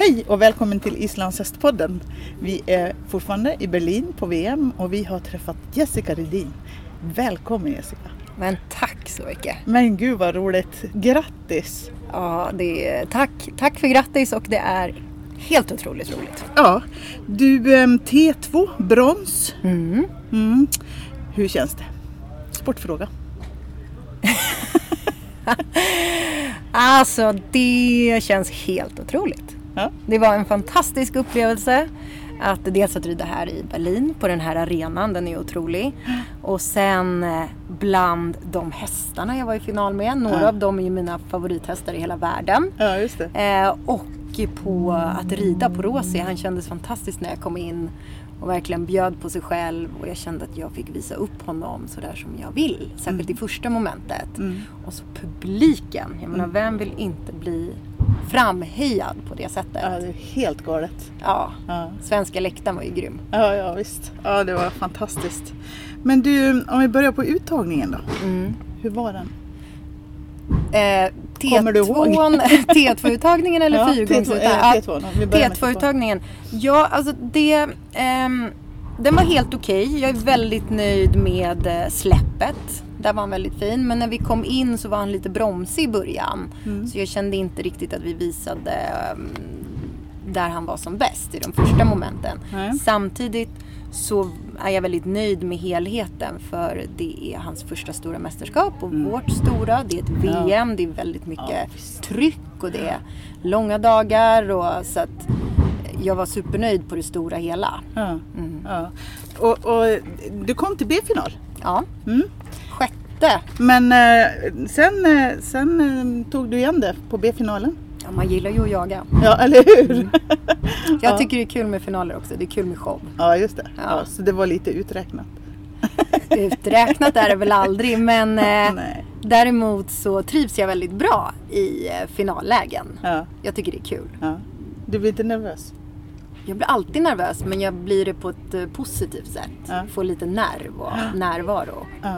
Hej och välkommen till Islandshästpodden. Vi är fortfarande i Berlin på VM och vi har träffat Jessica Rydin. Välkommen Jessica. Men tack så mycket. Men gud vad roligt. Grattis. Ja, tack för grattis och det är helt otroligt roligt. Ja, du T2 brons. Hur känns det? Sportfråga. Alltså det känns helt otroligt. Ja. Det var en fantastisk upplevelse att dels att rida här i Berlin på den här arenan, den är otrolig. Och sen bland de hästarna jag var i final med, några av dem är ju mina favorithästar i hela världen. Ja, just det. Och på att rida på Rosie, han kändes fantastiskt när jag kom in och verkligen bjöd på sig själv och jag kände att jag fick visa upp honom så där som jag vill, särskilt i första momentet. Och så publiken, jag menar vem vill inte bli framhejad på det sättet? Ja, det är helt galet. Ja. Svenska läktaren var ju grym. Ja, visst. Ja, det var fantastiskt. Men du, om vi börjar på uttagningen då. Hur var den? Kommer du ihåg? T2-uttagningen eller fyrgångsuttagningen? T2-uttagningen. Ja, alltså den var helt okej. Jag är väldigt nöjd med släppet. Där var han väldigt fin. Men när vi kom in så var han lite bromsig i början. Så jag kände inte riktigt att vi visade där han var som bäst i de första momenten. Samtidigt så är jag väldigt nöjd med helheten, för det är hans första stora mästerskap och vårt stora, det är ett VM, det är väldigt mycket tryck och det är långa dagar och så att jag var supernöjd på det stora hela. Och du kom till B-final? Ja, sjätte. Men sen tog du igen det på B-finalen? Ja, man gillar ju att jaga. Ja, eller hur? Jag tycker det är kul med finaler också. Det är kul med show. Ja, just det. Ja, så det var lite uträknat. Uträknat är det väl aldrig. Men däremot så trivs jag väldigt bra i finallägen. Ja. Jag tycker det är kul. Ja. Du blir inte nervös? Jag blir alltid nervös, men jag blir det på ett positivt sätt. Ja. Får lite nerv och närvaro. Ja.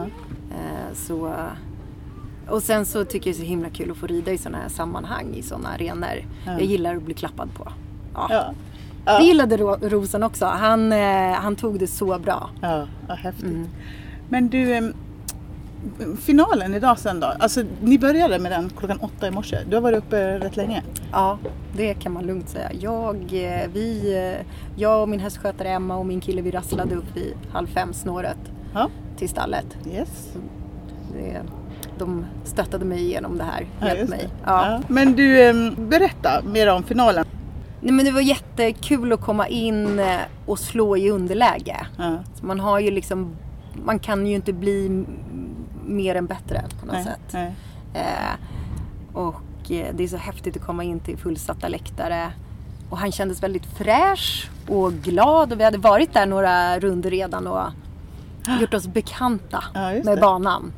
Och sen så tycker jag det är så himla kul att få rida i sådana här sammanhang, i sådana arenor. Jag gillar att bli klappad på. Ja. Det gillade Rosen också. Han tog det så bra. Ja, häftigt. Men du, finalen idag sen då? Alltså, ni började med den 8:00 i morse. Du har varit uppe rätt länge. Ja, det kan man lugnt säga. Jag och min hästskötare Emma och min kille, vi rasslade upp vid 4:30 snåret till stallet. Yes. De stöttade mig igenom det här. Hjälpte mig. Ja. Men du, berätta mer om finalen. Nej, men det var jättekul att komma in och slå i underläge. Så man har ju liksom, man kan ju inte bli mer än bättre på något sätt. Och det är så häftigt att komma in till fullsatta läktare. Och han kändes väldigt fräsch och glad. Och vi hade varit där några runder redan och gjort oss bekanta med banan.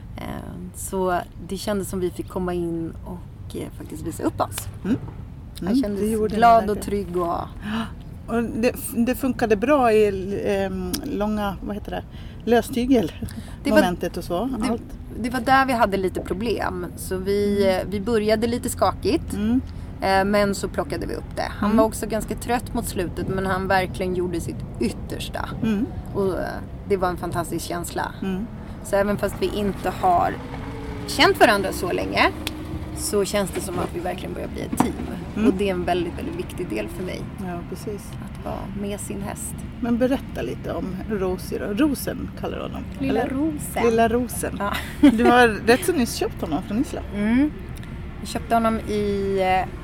Så det kändes som vi fick komma in och faktiskt visa upp oss. Han kändes glad och trygg. Och det funkade bra i långa, löstygel momentet och så. Det var där vi hade lite problem. Så vi började lite skakigt. Men så plockade vi upp det. Han var också ganska trött mot slutet, men han verkligen gjorde sitt yttersta. Och det var en fantastisk känsla. Så även fast vi inte har känt varandra så länge, så känns det som att vi verkligen börjar bli ett team. Och det är en väldigt, väldigt viktig del för mig. Ja, precis. Att vara med sin häst. Men berätta lite om Rosie då. Rosen kallar du honom. Lilla Rosen. Ja. Du har rätt så nyss köpt honom från Island. Jag köpte honom i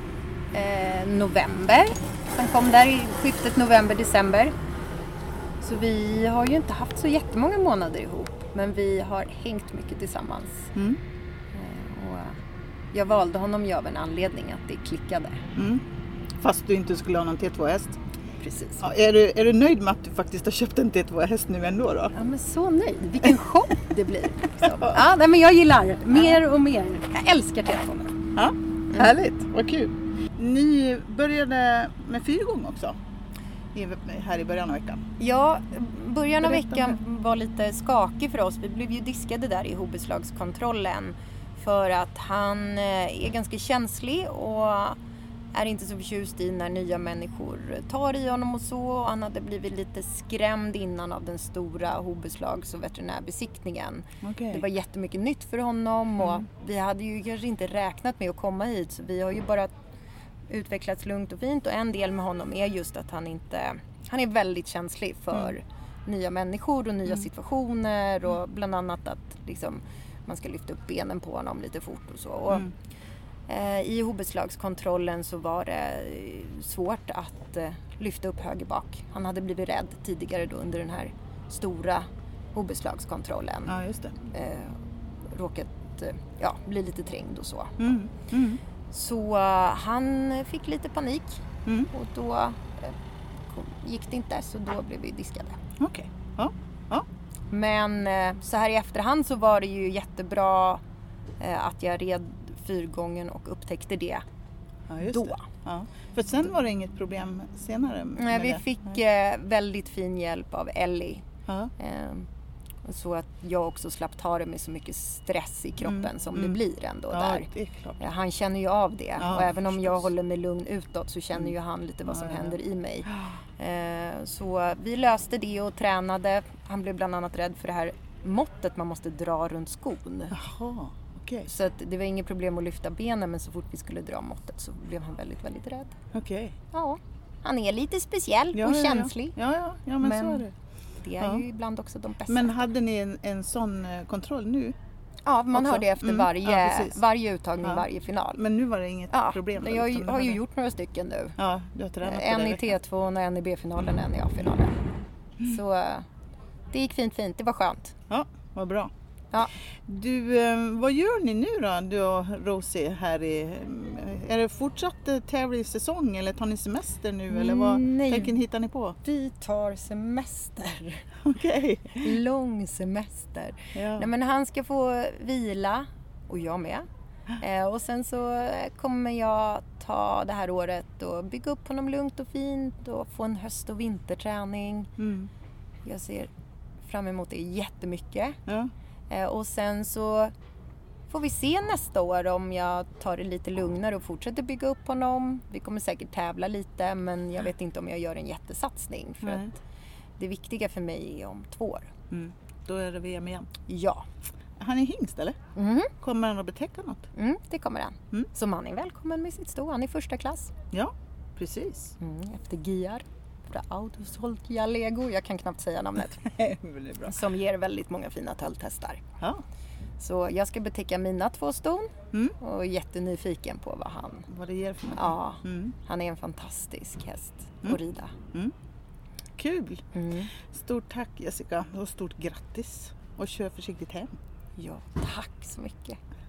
november. Han kom där i skiftet november-december. Så vi har ju inte haft så jättemånga månader ihop. Men vi har hängt mycket tillsammans. Och jag valde honom av en anledning, att det klickade. Fast du inte skulle ha någon T2-häst? Precis. Ja, är du nöjd med att du faktiskt har köpt en T2-häst nu ändå då? Ja, men så nöjd. Vilken show det blir. Ja, nej, men jag gillar mer och mer. Jag älskar T2. Ja, härligt. Vad kul. Ni började med fyrgång också här i början av veckan. Ja, början av veckan var lite skakig för oss. Vi blev ju diskade där i hovbeslagskontrollen för att han är ganska känslig och är inte så förtjust i när nya människor tar i honom och så. Han hade blivit lite skrämd innan av den stora hovbeslags- och veterinärbesiktningen. Okay. Det var jättemycket nytt för honom och vi hade ju kanske inte räknat med att komma hit. Så vi har ju bara utvecklats lugnt och fint. Och en del med honom är just att han är väldigt känslig för nya människor och nya situationer. Och bland annat att liksom, man ska lyfta upp benen på honom lite fort och så. Och, i hovbeslagskontrollen så var det svårt att lyfta upp höger bak. Han hade blivit rädd tidigare då under den här stora hovbeslagskontrollen. Ja, just det. Råkat bli lite trängd och så. Så han fick lite panik och då gick det inte, så då blev vi diskade. Okej. Ja. Men så här i efterhand så var det ju jättebra att jag red fyrgången och upptäckte det då. Det. Ja. För sen var det inget problem senare? Nej, vi fick väldigt fin hjälp av Ellie. Så att jag också slapp ta det med så mycket stress i kroppen som det blir ändå där. Det är klart. Han känner ju av det. Och även om jag håller mig lugn utåt så känner ju han lite vad som händer i mig. Så vi löste det och tränade. Han blev bland annat rädd för det här måttet man måste dra runt skon. Jaha. Okay. Så att det var inget problem att lyfta benen, men så fort vi skulle dra måttet så blev han väldigt, väldigt rädd. Okej. Ja, han är lite speciell och känslig. Ja, men så är det. Det är ju ibland också de bästa. Men hade ni en sån kontroll nu? Ja, man hör det efter varje uttagning, varje final. Men nu var det inget problem? Jag har ju gjort några stycken nu. Ja, du har tränat på en i T2 och en i B-finalen, en i A-finalen. Så det gick fint. Det var skönt. Ja, vad bra. Ja. Du, vad gör ni nu då, du och Rosie här är det fortsatt tävlingssäsong eller tar ni semester nu eller vad hittar ni på? Vi tar semester. Okej. Lång semester. Ja. Nej, men han ska få vila och jag med. Och sen så kommer jag ta det här året och bygga upp honom lugnt och fint och få en höst- och vinterträning. Jag ser fram emot det jättemycket. Ja. Och sen så får vi se nästa år om jag tar det lite lugnare och fortsätter bygga upp honom. Vi kommer säkert tävla lite, men jag vet inte om jag gör en jättesatsning. För att det viktiga för mig är om 2 år. Då är det VM igen. Ja. Han är hingst eller? Kommer han att betäcka något? Det kommer han. Så man är välkommen med sitt sto. Han är första klass. Ja, precis. Efter Giar. Autosolkia Lego, jag kan knappt säga namnet. Bra. Som ger väldigt många fina tölthästar. Ja. Så jag ska betäcka mina 2 ston och är jättenyfiken på vad det ger för något. Ja, han är en fantastisk häst att rida. Kul! Stort tack Jessica och stort grattis och kör försiktigt hem. Ja, tack så mycket.